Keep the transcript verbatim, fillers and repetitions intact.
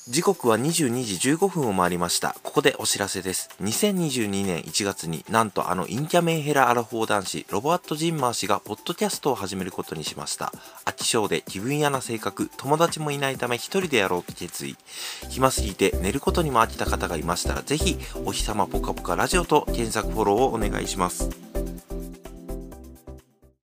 時刻はにじゅうにじじゅうごふんを回りました。ここでお知らせです。にせんにじゅうにねんいちがつになんとあのインキャメンヘラアラフォー男子ロバート・ジンマー氏がポッドキャストを始めることにしました。飽き性で気分屋な性格、友達もいないため一人でやろうと決意。暇すぎて寝ることにも飽きた方がいましたら、ぜひお日様ぽかぽかラジオと検索フォローをお願いします。